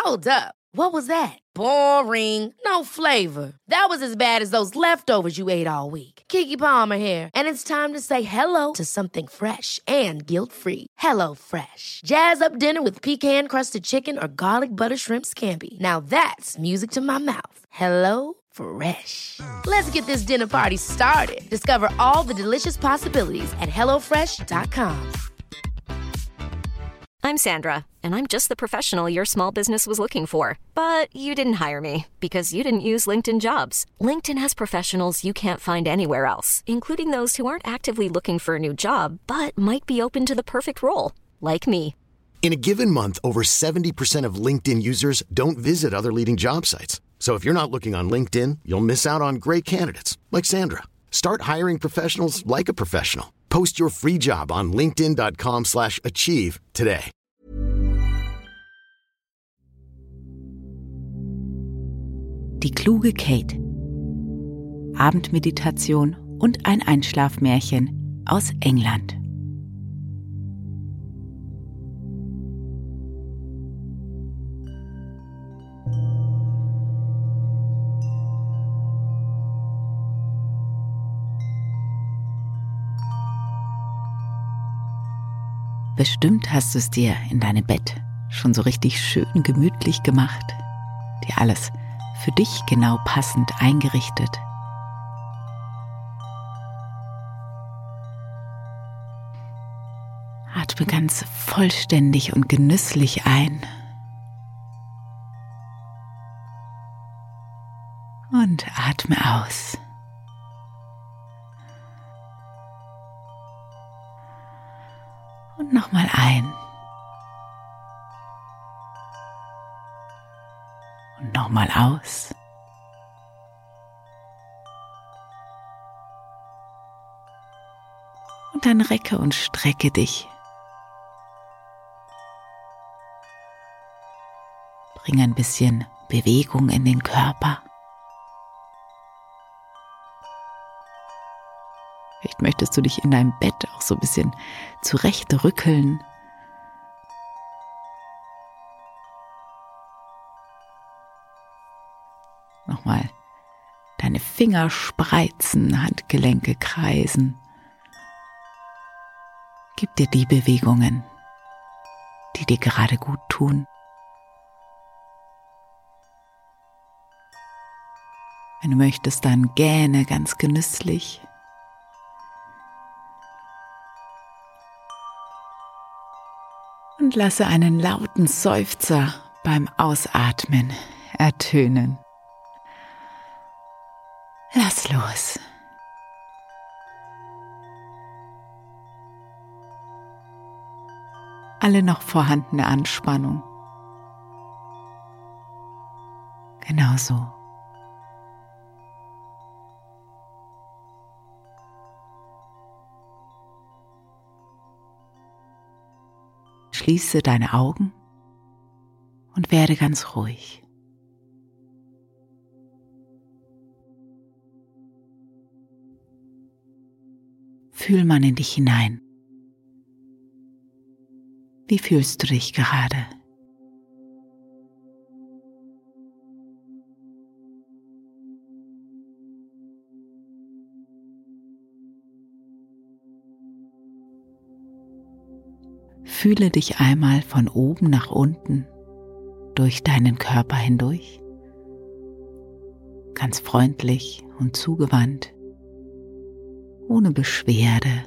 Hold up. What was that? Boring. No flavor. That was as bad as those leftovers you ate all week. Keke Palmer here. And it's time to say hello to something fresh and guilt-free. Hello Fresh. Jazz up dinner with pecan-crusted chicken or garlic butter shrimp scampi. Now that's music to my mouth. Hello Fresh. Let's get this dinner party started. Discover all the delicious possibilities at hellofresh.com. I'm Sandra, and I'm just the professional your small business was looking for. But you didn't hire me because you didn't use LinkedIn Jobs. LinkedIn has professionals you can't find anywhere else, including those who aren't actively looking for a new job, but might be open to the perfect role, like me. In a given month, over 70% of LinkedIn users don't visit other leading job sites. So if you're not looking on LinkedIn, you'll miss out on great candidates like Sandra. Start hiring professionals like a professional. Post your free job on linkedin.com/achieve today. Die kluge Kate. Abendmeditation und ein Einschlafmärchen aus England. Bestimmt hast du es dir in deinem Bett schon so richtig schön gemütlich gemacht, dir alles für dich genau passend eingerichtet. Atme ganz vollständig und genüsslich ein und atme aus. Und nochmal ein. Und nochmal aus. Und dann recke und strecke dich. Bring ein bisschen Bewegung in den Körper. Vielleicht möchtest du dich in deinem Bett auch so ein bisschen zurechtrückeln. Nochmal deine Finger spreizen, Handgelenke kreisen. Gib dir die Bewegungen, die dir gerade gut tun. Wenn du möchtest, dann gähne ganz genüsslich. Und lasse einen lauten Seufzer beim Ausatmen ertönen. Lass los. Alle noch vorhandene Anspannung. Genauso. Schließe deine Augen und werde ganz ruhig. Fühl mal in dich hinein. Wie fühlst du dich gerade? Fühle dich einmal von oben nach unten durch deinen Körper hindurch, ganz freundlich und zugewandt, ohne Beschwerde,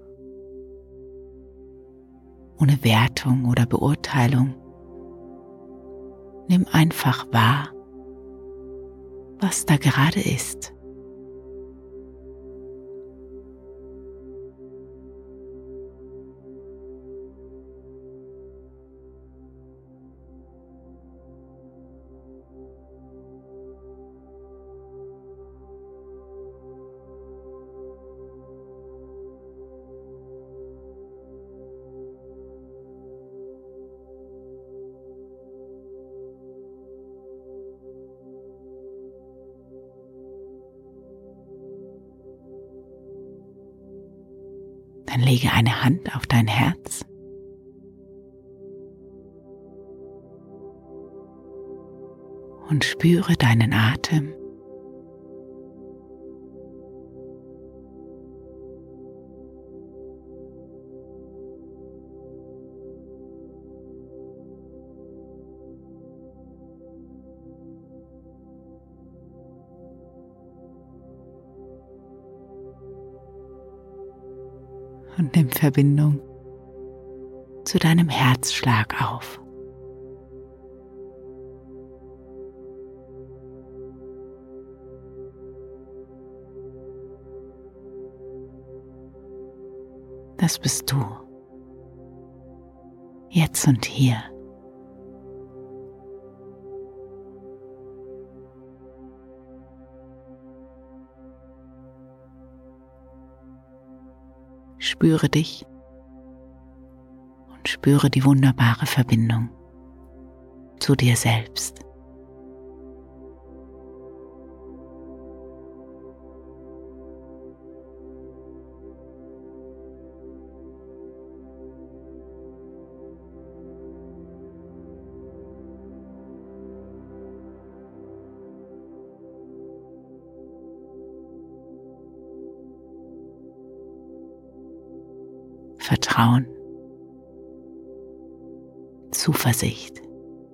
ohne Wertung oder Beurteilung. Nimm einfach wahr, was da gerade ist. Dann lege eine Hand auf dein Herz und spüre deinen Atem. Und nimm Verbindung zu deinem Herzschlag auf. Das bist du. Jetzt und hier. Spüre dich und spüre die wunderbare Verbindung zu dir selbst. Vertrauen, Zuversicht.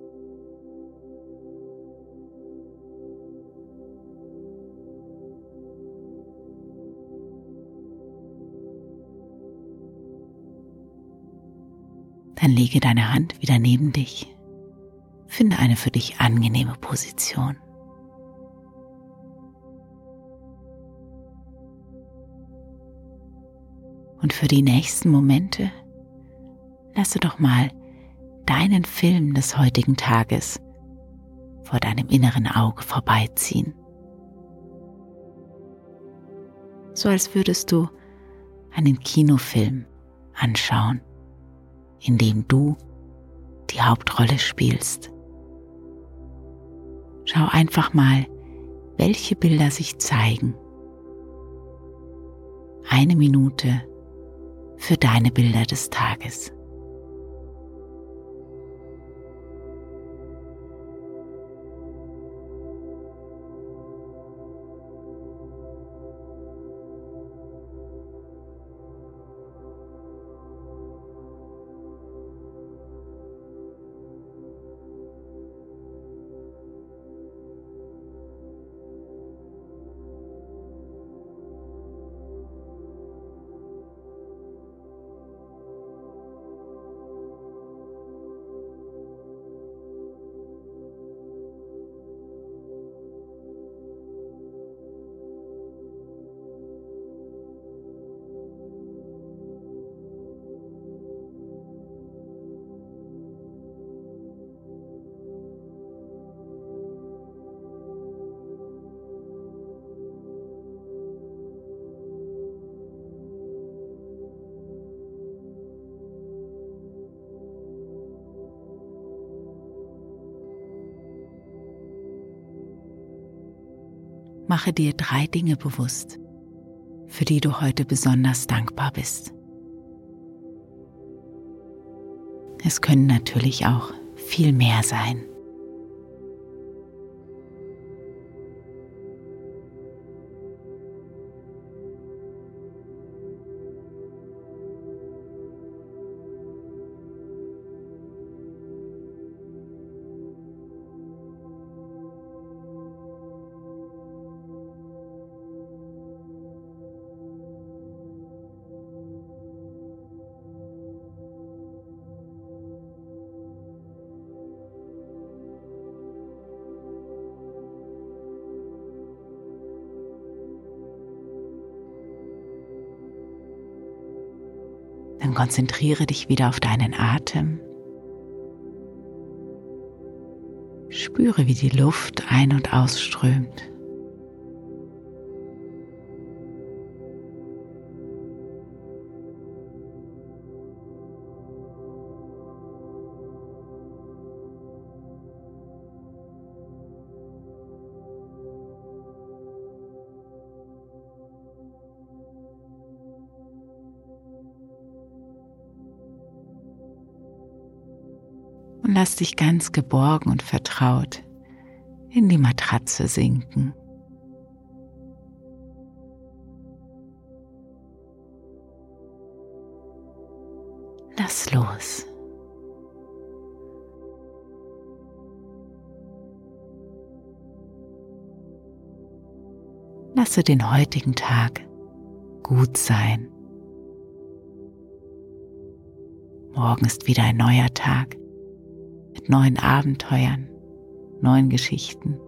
Dann lege deine Hand wieder neben dich. Finde eine für dich angenehme Position. Und für die nächsten Momente lasse doch mal deinen Film des heutigen Tages vor deinem inneren Auge vorbeiziehen. So als würdest du einen Kinofilm anschauen, in dem du die Hauptrolle spielst. Schau einfach mal, welche Bilder sich zeigen. 1 Minute für deine Bilder des Tages. Mache dir 3 Dinge bewusst, für die du heute besonders dankbar bist. Es können natürlich auch viel mehr sein. Dann konzentriere dich wieder auf deinen Atem. Spüre, wie die Luft ein- und ausströmt. Und lass dich ganz geborgen und vertraut in die Matratze sinken. Lass los. Lasse den heutigen Tag gut sein. Morgen ist wieder ein neuer Tag mit neuen Abenteuern, neuen Geschichten.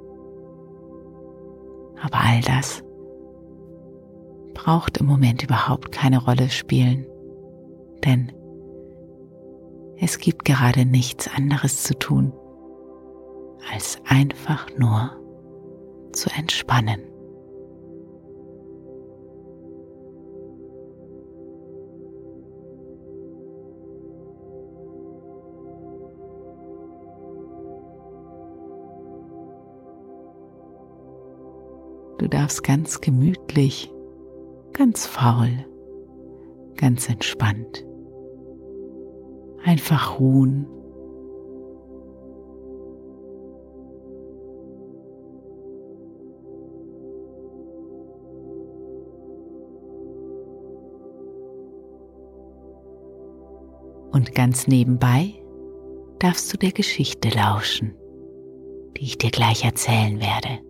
Aber all das braucht im Moment überhaupt keine Rolle spielen, denn es gibt gerade nichts anderes zu tun, als einfach nur zu entspannen. Du darfst ganz gemütlich, ganz faul, ganz entspannt einfach ruhen. Und ganz nebenbei darfst du der Geschichte lauschen, die ich dir gleich erzählen werde.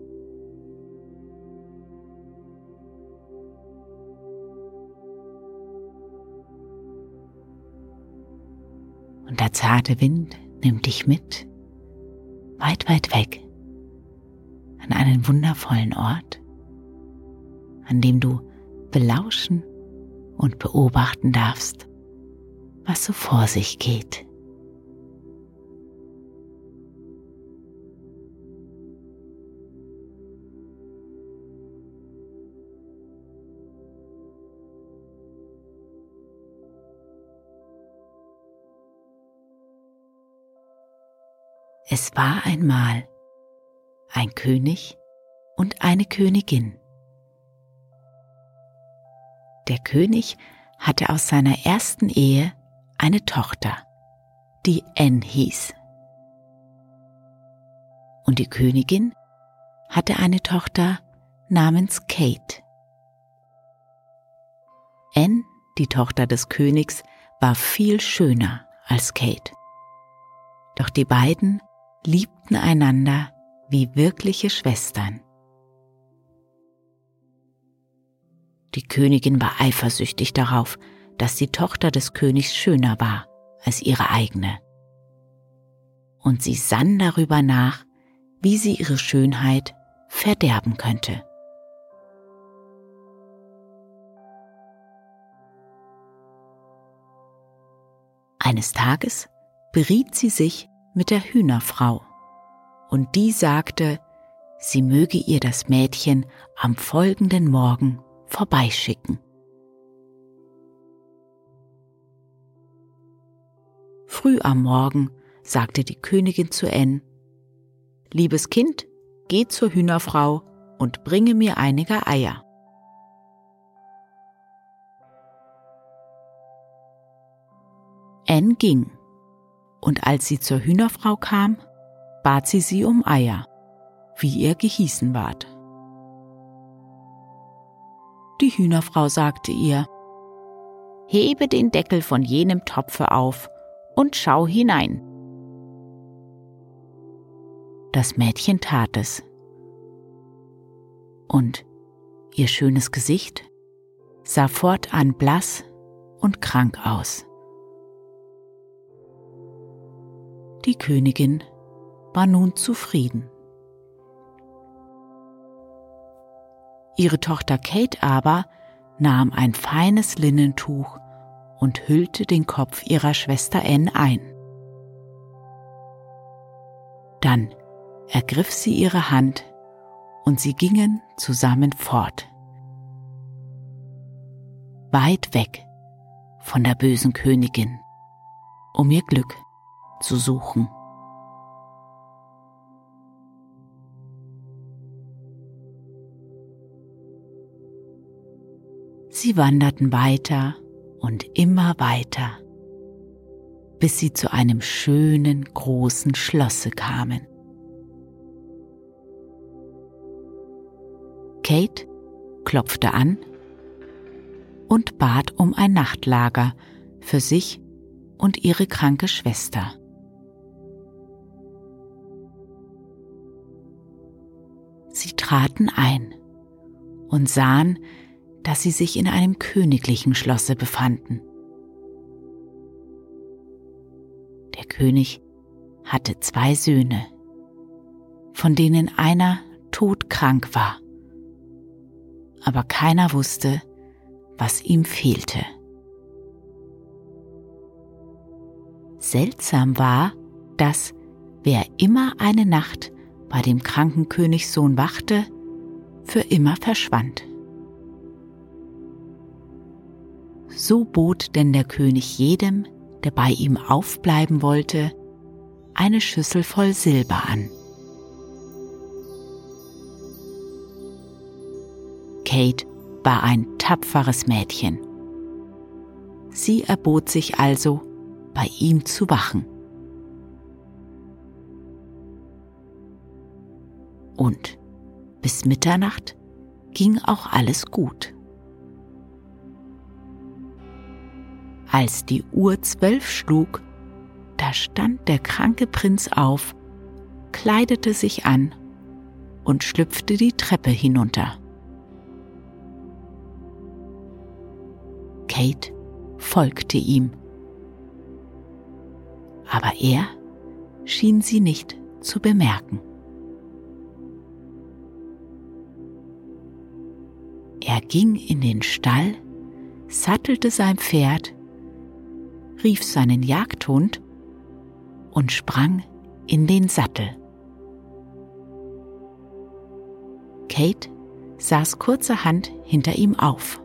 Und der zarte Wind nimmt dich mit, weit, weit weg, an einen wundervollen Ort, an dem du belauschen und beobachten darfst, was so vor sich geht. Es war einmal ein König und eine Königin. Der König hatte aus seiner ersten Ehe eine Tochter, die Anne hieß. Und die Königin hatte eine Tochter namens Kate. Anne, die Tochter des Königs, war viel schöner als Kate. Doch die beiden liebten einander wie wirkliche Schwestern. Die Königin war eifersüchtig darauf, dass die Tochter des Königs schöner war als ihre eigene. Und sie sann darüber nach, wie sie ihre Schönheit verderben könnte. Eines Tages beriet sie sich mit der Hühnerfrau, und die sagte, sie möge ihr das Mädchen am folgenden Morgen vorbeischicken. Früh am Morgen sagte die Königin zu Anne: »Liebes Kind, geh zur Hühnerfrau und bringe mir einige Eier.« Anne ging, und als sie zur Hühnerfrau kam, bat sie um Eier, wie ihr gehießen ward. Die Hühnerfrau sagte ihr: »Hebe den Deckel von jenem Topfe auf und schau hinein.« Das Mädchen tat es. Und ihr schönes Gesicht sah fortan blass und krank aus. Die Königin war nun zufrieden. Ihre Tochter Kate aber nahm ein feines Linnentuch und hüllte den Kopf ihrer Schwester Anne ein. Dann ergriff sie ihre Hand und sie gingen zusammen fort, weit weg von der bösen Königin, um ihr Glück zu suchen. Sie wanderten weiter und immer weiter, bis sie zu einem schönen großen Schlosse kamen. Kate klopfte an und bat um ein Nachtlager für sich und ihre kranke Schwester. Sie traten ein und sahen, dass sie sich in einem königlichen Schlosse befanden. Der König hatte 2 Söhne, von denen einer todkrank war, aber keiner wusste, was ihm fehlte. Seltsam war, dass, wer immer eine Nacht bei dem kranken Königssohn wachte, für immer verschwand. So bot denn der König jedem, der bei ihm aufbleiben wollte, eine Schüssel voll Silber an. Kate war ein tapferes Mädchen. Sie erbot sich also, bei ihm zu wachen. Und bis Mitternacht ging auch alles gut. Als die Uhr 12 schlug, da stand der kranke Prinz auf, kleidete sich an und schlüpfte die Treppe hinunter. Kate folgte ihm, aber er schien sie nicht zu bemerken. Er ging in den Stall, sattelte sein Pferd, rief seinen Jagdhund und sprang in den Sattel. Kate saß kurzerhand hinter ihm auf.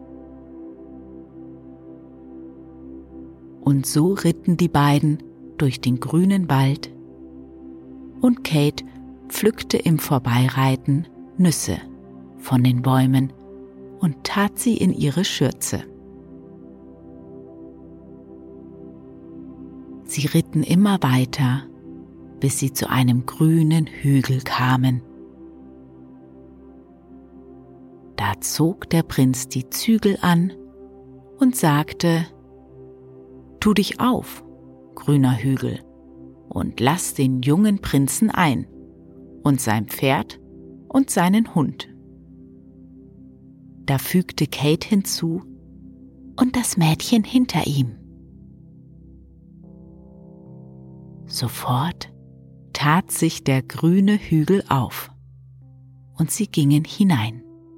Und so ritten die beiden durch den grünen Wald und Kate pflückte im Vorbeireiten Nüsse von den Bäumen und tat sie in ihre Schürze. Sie ritten immer weiter, bis sie zu einem grünen Hügel kamen. Da zog der Prinz die Zügel an und sagte: »Tu dich auf, grüner Hügel, und lass den jungen Prinzen ein und sein Pferd und seinen Hund.« Da fügte Kate hinzu: »Und das Mädchen hinter ihm.« Sofort tat sich der grüne Hügel auf und sie gingen hinein.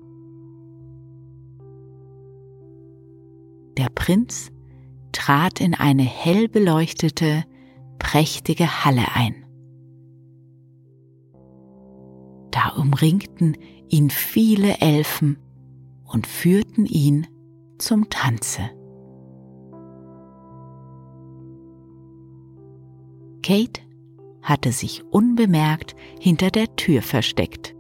Der Prinz trat in eine hell beleuchtete, prächtige Halle ein. Da umringten ihn viele Elfen und führten ihn zum Tanze. Kate hatte sich unbemerkt hinter der Tür versteckt.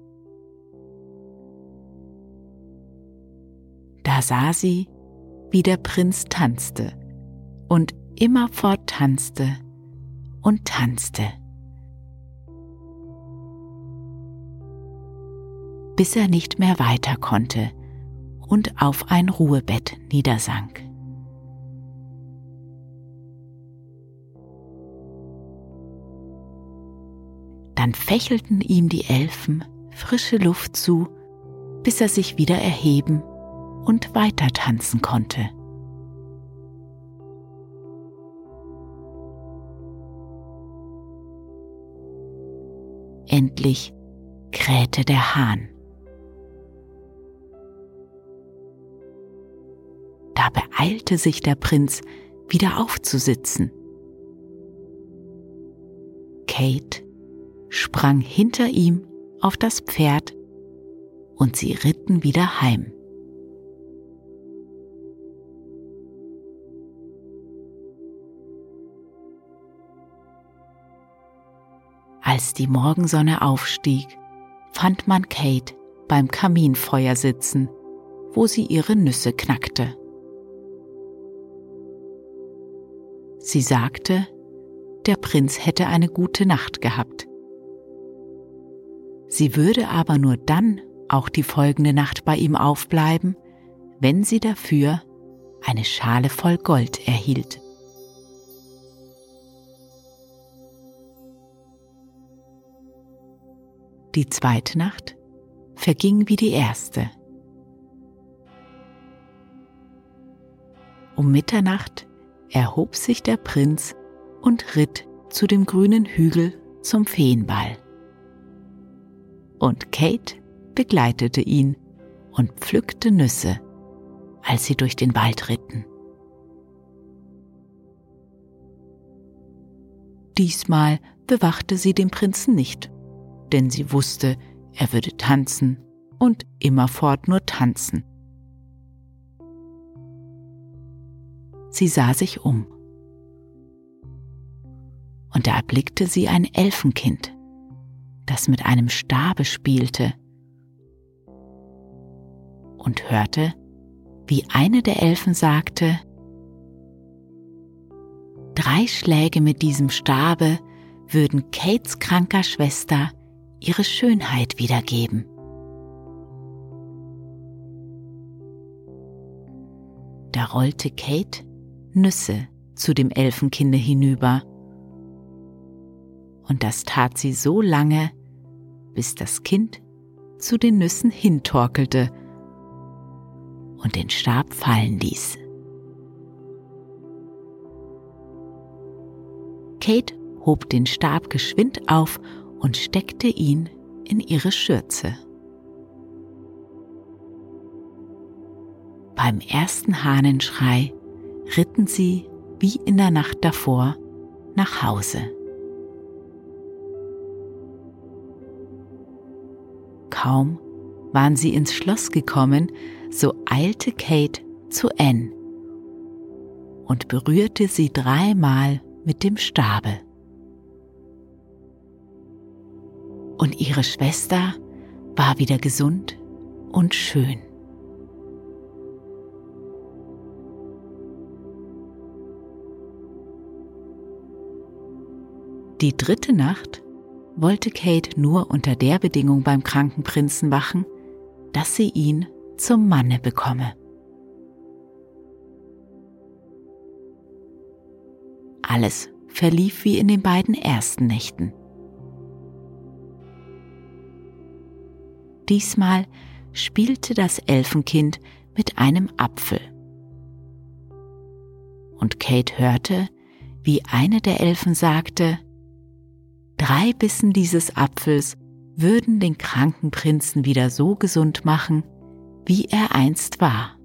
Da sah sie, wie der Prinz tanzte und immerfort tanzte und tanzte, bis er nicht mehr weiter konnte und auf ein Ruhebett niedersank. Dann fächelten ihm die Elfen frische Luft zu, bis er sich wieder erheben und weiter tanzen konnte. Endlich krähte der Hahn. Da beeilte sich der Prinz, wieder aufzusitzen. Kate sprang hinter ihm auf das Pferd und sie ritten wieder heim. Als die Morgensonne aufstieg, fand man Kate beim Kaminfeuer sitzen, wo sie ihre Nüsse knackte. Sie sagte, der Prinz hätte eine gute Nacht gehabt. Sie würde aber nur dann auch die folgende Nacht bei ihm aufbleiben, wenn sie dafür eine Schale voll Gold erhielt. Die zweite Nacht verging wie die erste. Um Mitternacht erhob sich der Prinz und ritt zu dem grünen Hügel zum Feenball. Und Kate begleitete ihn und pflückte Nüsse, als sie durch den Wald ritten. Diesmal bewachte sie den Prinzen nicht, denn sie wusste, er würde tanzen und immerfort nur tanzen. Sie sah sich um. Und da erblickte sie ein Elfenkind, das mit einem Stabe spielte, und hörte, wie eine der Elfen sagte: 3 Schläge mit diesem Stabe würden Kates kranker Schwester ihre Schönheit wiedergeben. Da rollte Kate Nüsse zu dem Elfenkinde hinüber, und das tat sie so lange, bis das Kind zu den Nüssen hintorkelte und den Stab fallen ließ. Kate hob den Stab geschwind auf und steckte ihn in ihre Schürze. Beim ersten Hahnenschrei ritten sie, wie in der Nacht davor, nach Hause. Kaum waren sie ins Schloss gekommen, so eilte Kate zu Anne und berührte sie 3-mal mit dem Stabe. Und ihre Schwester war wieder gesund und schön. Die dritte Nacht wollte Kate nur unter der Bedingung beim kranken Prinzen wachen, dass sie ihn zum Manne bekomme. Alles verlief wie in den beiden ersten Nächten. Diesmal spielte das Elfenkind mit einem Apfel. Und Kate hörte, wie eine der Elfen sagte: 3 Bissen dieses Apfels würden den kranken Prinzen wieder so gesund machen, wie er einst war.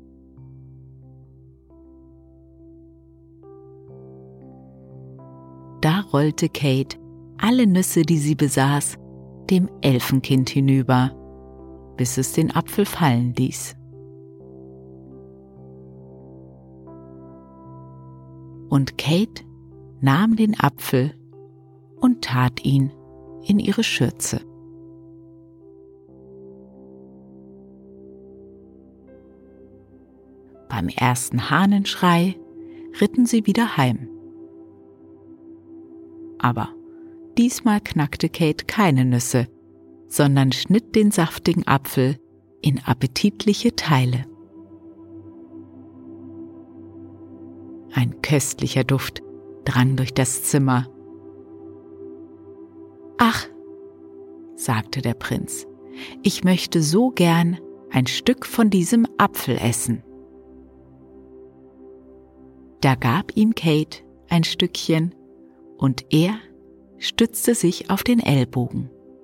Da rollte Kate alle Nüsse, die sie besaß, dem Elfenkind hinüber, bis es den Apfel fallen ließ. Und Kate nahm den Apfel und tat ihn in ihre Schürze. Beim ersten Hahnenschrei ritten sie wieder heim. Aber diesmal knackte Kate keine Nüsse, sondern schnitt den saftigen Apfel in appetitliche Teile. Ein köstlicher Duft drang durch das Zimmer. »Ach«, sagte der Prinz, »ich möchte so gern ein Stück von diesem Apfel essen.« Da gab ihm Kate ein Stückchen und er stützte sich auf den Ellbogen.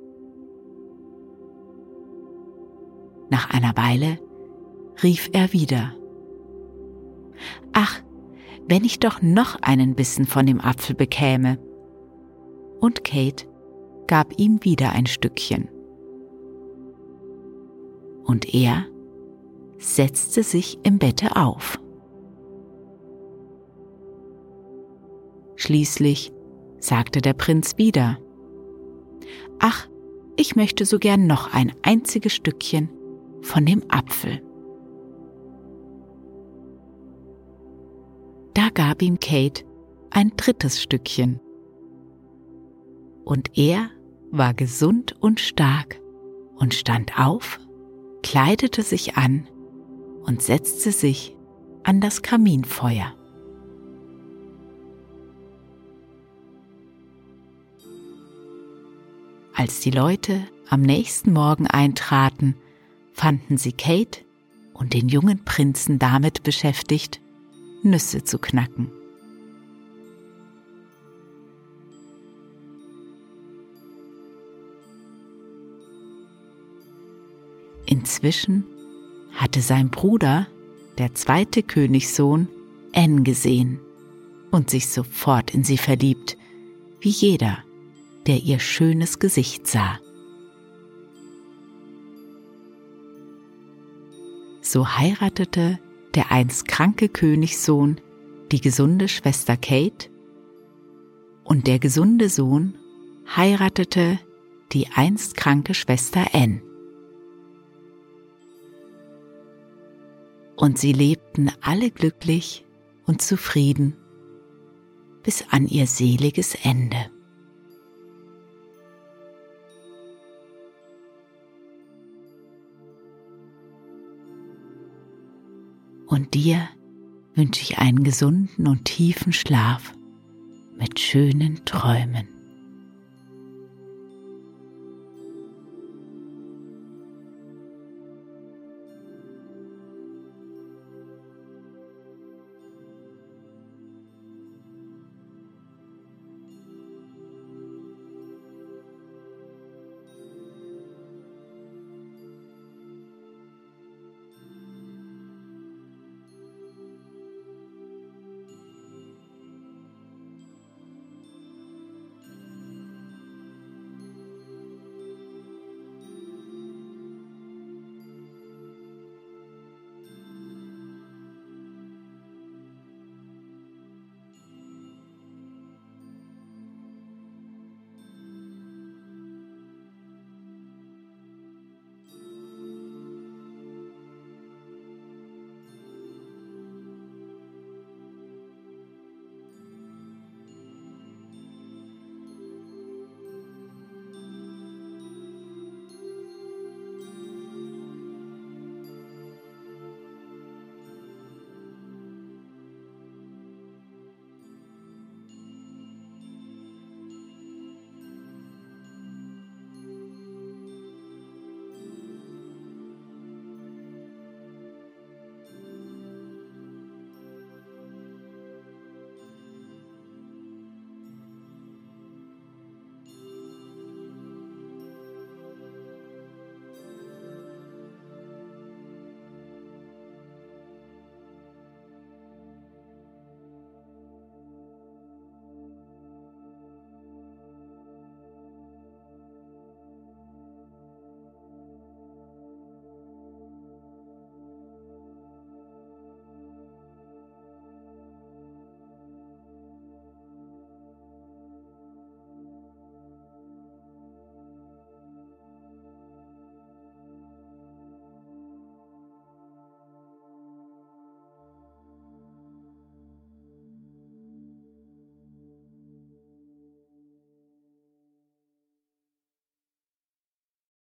Nach einer Weile rief er wieder: »Ach, wenn ich doch noch einen Bissen von dem Apfel bekäme!« Und Kate gab ihm wieder ein Stückchen. Und er setzte sich im Bette auf. Schließlich sagte der Prinz wieder: »Ach, ich möchte so gern noch ein einziges Stückchen von dem Apfel.« Da gab ihm Kate ein drittes Stückchen. Und er war gesund und stark und stand auf kleidete sich an und setzte sich an das Kaminfeuer. Als die Leute am nächsten Morgen eintraten, fanden sie Kate und den jungen Prinzen damit beschäftigt, Nüsse zu knacken. Inzwischen hatte sein Bruder, der zweite Königssohn, Anne gesehen und sich sofort in sie verliebt, wie jeder, der ihr schönes Gesicht sah. So heiratete der einst kranke Königssohn die gesunde Schwester Kate und der gesunde Sohn heiratete die einst kranke Schwester Anne. Und sie lebten alle glücklich und zufrieden bis an ihr seliges Ende. Und dir wünsche ich einen gesunden und tiefen Schlaf mit schönen Träumen.